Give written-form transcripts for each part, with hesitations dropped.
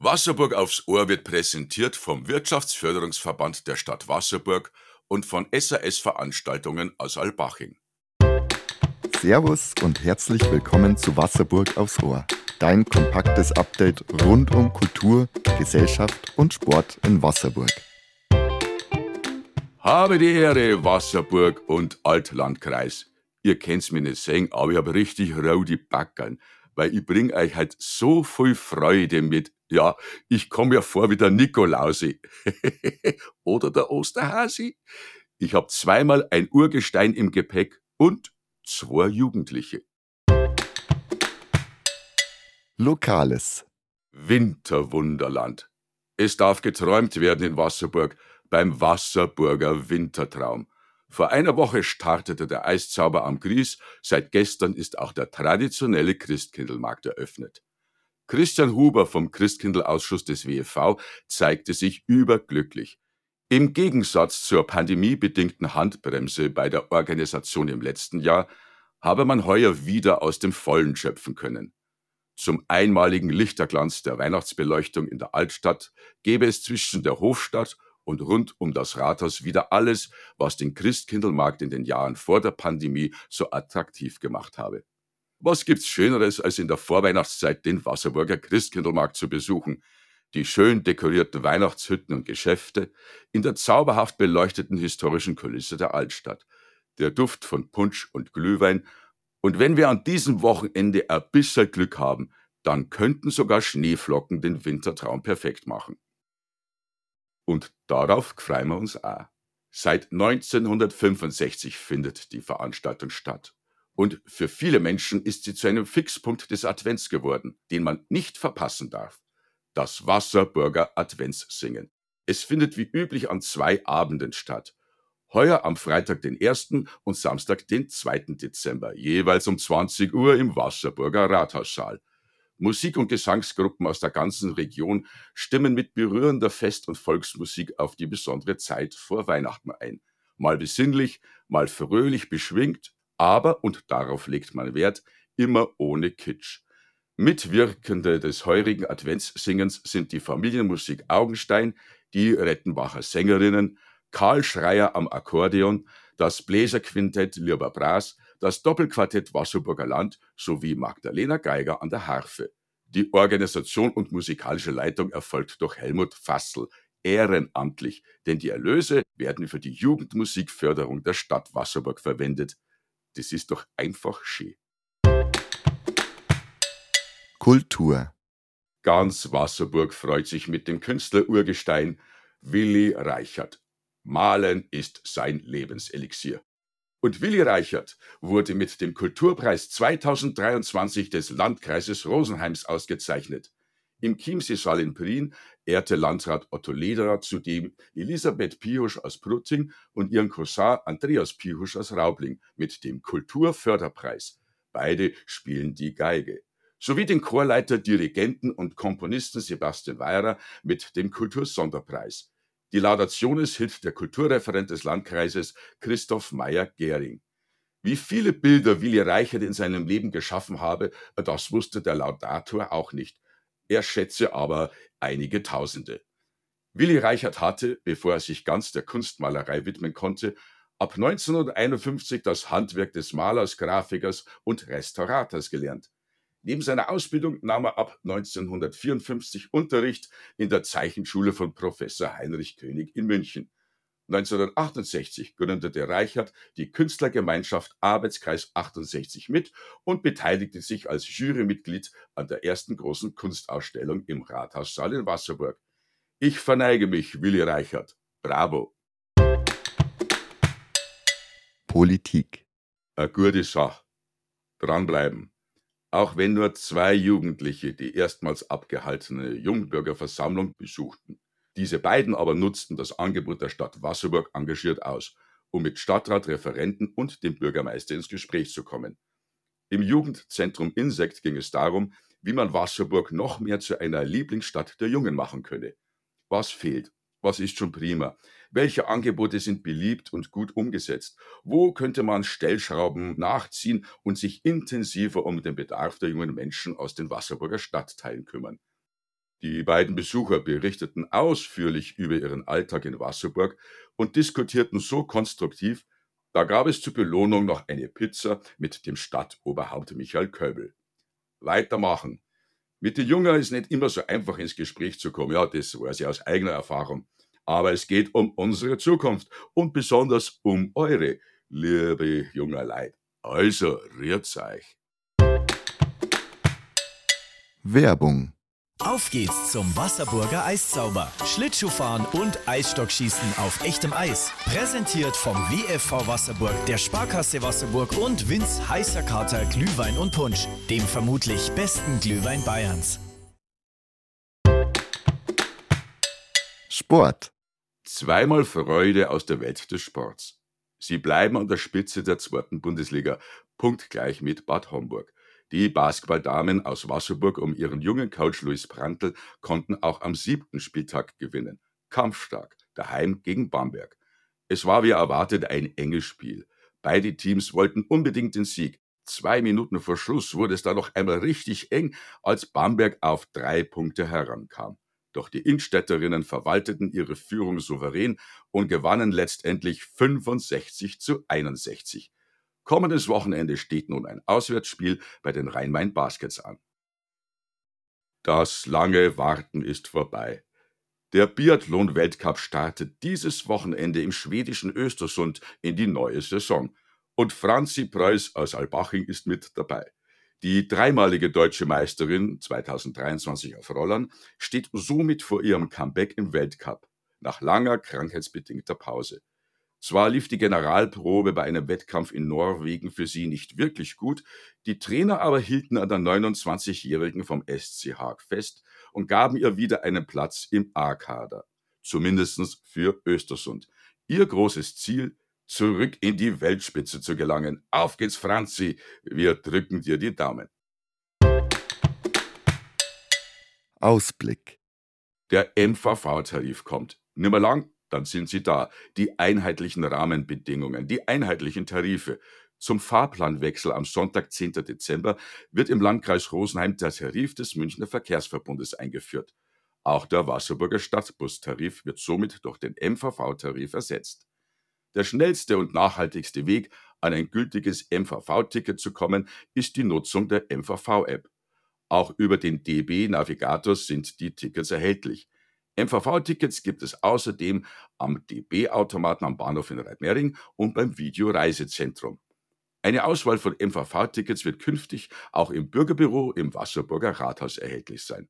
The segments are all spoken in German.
Wasserburg aufs Ohr wird präsentiert vom Wirtschaftsförderungsverband der Stadt Wasserburg und von SAS Veranstaltungen aus Albaching. Servus und herzlich willkommen zu Wasserburg aufs Ohr. Dein kompaktes Update rund um Kultur, Gesellschaft und Sport in Wasserburg. Habe die Ehre, Wasserburg und Altlandkreis. Ihr kennt's mir nicht sehen, aber ich hab richtig rote Backern, weil ich bring euch halt so viel Freude mit. Ja, ich komm mir vor wie der Nikolausi. Oder der Osterhasi. Ich hab zweimal ein Urgestein im Gepäck und 2 Jugendliche. Lokales. Winterwunderland. Es darf geträumt werden in Wasserburg beim Wasserburger Wintertraum. Vor einer Woche startete der Eiszauber am Gries, seit gestern ist auch der traditionelle Christkindlmarkt eröffnet. Christian Huber vom Christkindlausschuss des WEV zeigte sich überglücklich. Im Gegensatz zur pandemiebedingten Handbremse bei der Organisation im letzten Jahr habe man heuer wieder aus dem Vollen schöpfen können. Zum einmaligen Lichterglanz der Weihnachtsbeleuchtung in der Altstadt gäbe es zwischen der Hofstadt und rund um das Rathaus wieder alles, was den Christkindlmarkt in den Jahren vor der Pandemie so attraktiv gemacht habe. Was gibt's Schöneres, als in der Vorweihnachtszeit den Wasserburger Christkindlmarkt zu besuchen? Die schön dekorierten Weihnachtshütten und Geschäfte in der zauberhaft beleuchteten historischen Kulisse der Altstadt, der Duft von Punsch und Glühwein. Und wenn wir an diesem Wochenende ein bisschen Glück haben, dann könnten sogar Schneeflocken den Wintertraum perfekt machen. Und darauf freuen wir uns auch. Seit 1965 findet die Veranstaltung statt. Und für viele Menschen ist sie zu einem Fixpunkt des Advents geworden, den man nicht verpassen darf. Das Wasserburger Adventssingen. Es findet wie üblich an 2 Abenden statt. Heuer am Freitag, den 1. und Samstag, den 2. Dezember, jeweils um 20 Uhr im Wasserburger Rathaussaal. Musik- und Gesangsgruppen aus der ganzen Region stimmen mit berührender Fest- und Volksmusik auf die besondere Zeit vor Weihnachten ein. Mal besinnlich, mal fröhlich beschwingt, aber, und darauf legt man Wert, immer ohne Kitsch. Mitwirkende des heurigen Adventssingens sind die Familienmusik Augenstein, die Rettenbacher Sängerinnen, Karl Schreier am Akkordeon, das Bläserquintett Lirber Bras, das Doppelquartett Wasserburger Land sowie Magdalena Geiger an der Harfe. Die Organisation und musikalische Leitung erfolgt durch Helmut Fassel, ehrenamtlich, denn die Erlöse werden für die Jugendmusikförderung der Stadt Wasserburg verwendet. Das ist doch einfach schön. Kultur. Ganz Wasserburg freut sich mit dem Künstler-Urgestein Willi Reichert. Malen ist sein Lebenselixier. Und Willi Reichert wurde mit dem Kulturpreis 2023 des Landkreises Rosenheims ausgezeichnet. Im Chiemsee-Saal in Prien ehrte Landrat Otto Lederer zudem Elisabeth Pihusch aus Prutting und ihren Cousin Andreas Pihusch aus Raubling mit dem Kulturförderpreis. Beide spielen die Geige. Sowie den Chorleiter, Dirigenten und Komponisten Sebastian Weierer mit dem Kultursonderpreis. Die Laudation hielt der Kulturreferent des Landkreises Christoph Meyer-Gehring. Wie viele Bilder Willi Reichert in seinem Leben geschaffen habe, das wusste der Laudator auch nicht. Er schätze aber einige Tausende. Willi Reichert hatte, bevor er sich ganz der Kunstmalerei widmen konnte, ab 1951 das Handwerk des Malers, Grafikers und Restaurators gelernt. Neben seiner Ausbildung nahm er ab 1954 Unterricht in der Zeichenschule von Professor Heinrich König in München. 1968 gründete Reichert die Künstlergemeinschaft Arbeitskreis 68 mit und beteiligte sich als Jurymitglied an der ersten großen Kunstausstellung im Rathaussaal in Wasserburg. Ich verneige mich, Willi Reichert. Bravo. Politik. Eine gute Sache. Dranbleiben. Auch wenn nur 2 Jugendliche die erstmals abgehaltene Jungbürgerversammlung besuchten. Diese beiden aber nutzten das Angebot der Stadt Wasserburg engagiert aus, um mit Stadtrat, Referenten und dem Bürgermeister ins Gespräch zu kommen. Im Jugendzentrum Insekt ging es darum, wie man Wasserburg noch mehr zu einer Lieblingsstadt der Jungen machen könne. Was fehlt? Was ist schon prima? Welche Angebote sind beliebt und gut umgesetzt? Wo könnte man Stellschrauben nachziehen und sich intensiver um den Bedarf der jungen Menschen aus den Wasserburger Stadtteilen kümmern? Die beiden Besucher berichteten ausführlich über ihren Alltag in Wasserburg und diskutierten so konstruktiv, da gab es zur Belohnung noch eine Pizza mit dem Stadtoberhaupt Michael Köbel. Weitermachen. Mit den Jungen ist nicht immer so einfach ins Gespräch zu kommen, ja, das weiß ich aus eigener Erfahrung. Aber es geht um unsere Zukunft und besonders um eure, liebe junger Leid. Also, rührt's euch. Werbung. Auf geht's zum Wasserburger Eiszauber. Schlittschuhfahren und Eisstockschießen auf echtem Eis. Präsentiert vom WFV Wasserburg, der Sparkasse Wasserburg und Vince Heißer Kater Glühwein und Punsch, dem vermutlich besten Glühwein Bayerns. Sport. Zweimal Freude aus der Welt des Sports. Sie bleiben an der Spitze der 2. Bundesliga, punktgleich mit Bad Homburg. Die Basketballdamen aus Wasserburg um ihren jungen Coach Luis Prantl konnten auch am 7. Spieltag gewinnen. Kampfstark, daheim gegen Bamberg. Es war wie erwartet ein enges Spiel. Beide Teams wollten unbedingt den Sieg. 2 Minuten vor Schluss wurde es dann noch einmal richtig eng, als Bamberg auf 3 Punkte herankam. Doch die Innstädterinnen verwalteten ihre Führung souverän und gewannen letztendlich 65-61. Kommendes Wochenende steht nun ein Auswärtsspiel bei den Rhein-Main Baskets an. Das lange Warten ist vorbei. Der Biathlon-Weltcup startet dieses Wochenende im schwedischen Östersund in die neue Saison. Und Franzi Preuß aus Albaching ist mit dabei. Die dreimalige deutsche Meisterin 2023 auf Rollern steht somit vor ihrem Comeback im Weltcup, nach langer krankheitsbedingter Pause. Zwar lief die Generalprobe bei einem Wettkampf in Norwegen für sie nicht wirklich gut, die Trainer aber hielten an der 29-Jährigen vom SC Haag fest und gaben ihr wieder einen Platz im A-Kader. Zumindest für Östersund. Ihr großes Ziel: zurück in die Weltspitze zu gelangen. Auf geht's, Franzi, wir drücken dir die Daumen. Ausblick. Der MVV-Tarif kommt. Nimmer lang, dann sind sie da. Die einheitlichen Rahmenbedingungen, die einheitlichen Tarife. Zum Fahrplanwechsel am Sonntag, 10. Dezember, wird im Landkreis Rosenheim der Tarif des Münchner Verkehrsverbundes eingeführt. Auch der Wasserburger Stadtbustarif wird somit durch den MVV-Tarif ersetzt. Der schnellste und nachhaltigste Weg, an ein gültiges MVV-Ticket zu kommen, ist die Nutzung der MVV-App. Auch über den DB-Navigator sind die Tickets erhältlich. MVV-Tickets gibt es außerdem am DB-Automaten am Bahnhof in Reitmering und beim Videoreisezentrum. Eine Auswahl von MVV-Tickets wird künftig auch im Bürgerbüro im Wasserburger Rathaus erhältlich sein.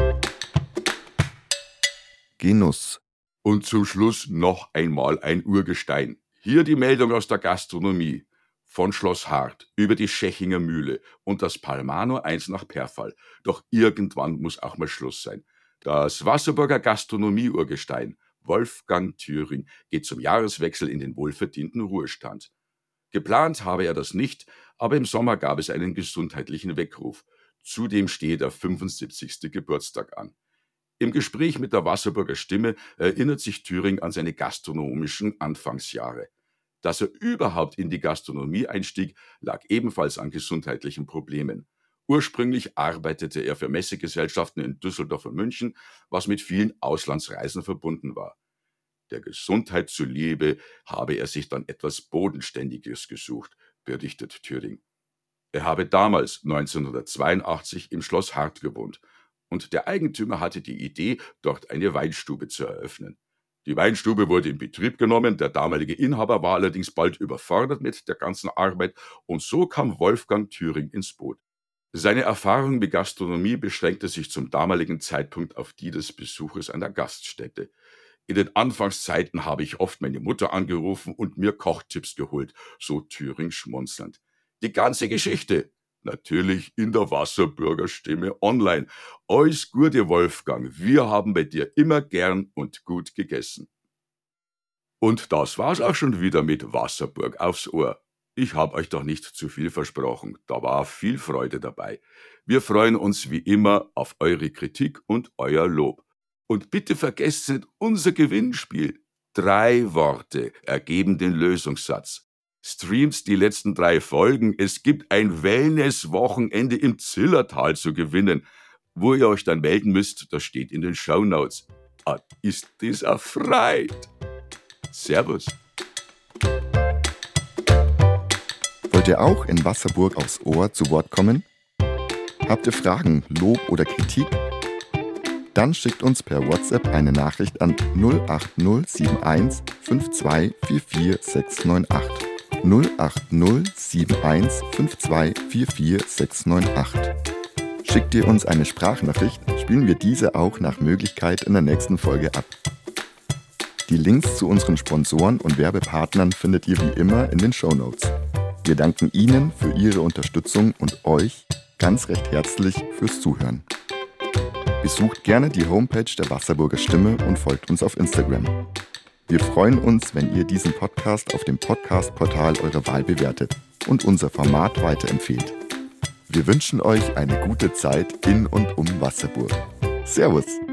Genuss. Und zum Schluss noch einmal ein Urgestein. Hier die Meldung aus der Gastronomie. Von Schloss Hart über die Schechinger Mühle und das Palmano 1 nach Perfall. Doch irgendwann muss auch mal Schluss sein. Das Wasserburger Gastronomie-Urgestein Wolfgang Thüring geht zum Jahreswechsel in den wohlverdienten Ruhestand. Geplant habe er das nicht, aber im Sommer gab es einen gesundheitlichen Weckruf. Zudem stehe der 75. Geburtstag an. Im Gespräch mit der Wasserburger Stimme erinnert sich Thüring an seine gastronomischen Anfangsjahre. Dass er überhaupt in die Gastronomie einstieg, lag ebenfalls an gesundheitlichen Problemen. Ursprünglich arbeitete er für Messegesellschaften in Düsseldorf und München, was mit vielen Auslandsreisen verbunden war. Der Gesundheit zuliebe habe er sich dann etwas Bodenständiges gesucht, berichtet Thüring. Er habe damals 1982 im Schloss Hart gewohnt und der Eigentümer hatte die Idee, dort eine Weinstube zu eröffnen. Die Weinstube wurde in Betrieb genommen, der damalige Inhaber war allerdings bald überfordert mit der ganzen Arbeit und so kam Wolfgang Thüring ins Boot. Seine Erfahrung mit Gastronomie beschränkte sich zum damaligen Zeitpunkt auf die des Besuches einer Gaststätte. In den Anfangszeiten habe ich oft meine Mutter angerufen und mir Kochtipps geholt, so Thüring schmunzelnd. Die ganze Geschichte natürlich in der Wasserburger Stimme online. Alles Gute, Wolfgang, wir haben bei dir immer gern und gut gegessen. Und das war's auch schon wieder mit Wasserburg aufs Ohr. Ich habe euch doch nicht zu viel versprochen, da war viel Freude dabei. Wir freuen uns wie immer auf eure Kritik und euer Lob. Und bitte vergesst nicht unser Gewinnspiel. 3 Worte ergeben den Lösungssatz. Streamt die letzten 3 Folgen, es gibt ein Wellness-Wochenende im Zillertal zu gewinnen. Wo ihr euch dann melden müsst, das steht in den Shownotes. Ist das erfreut. Servus. Wollt ihr auch in Wasserburg aufs Ohr zu Wort kommen? Habt ihr Fragen, Lob oder Kritik? Dann schickt uns per WhatsApp eine Nachricht an 08071 5244698. 08071 5244698. Schickt ihr uns eine Sprachnachricht, spielen wir diese auch nach Möglichkeit in der nächsten Folge ab. Die Links zu unseren Sponsoren und Werbepartnern findet ihr wie immer in den Shownotes. Wir danken Ihnen für Ihre Unterstützung und euch ganz recht herzlich fürs Zuhören. Besucht gerne die Homepage der Wasserburger Stimme und folgt uns auf Instagram. Wir freuen uns, wenn ihr diesen Podcast auf dem Podcast-Portal eurer Wahl bewertet und unser Format weiterempfehlt. Wir wünschen euch eine gute Zeit in und um Wasserburg. Servus!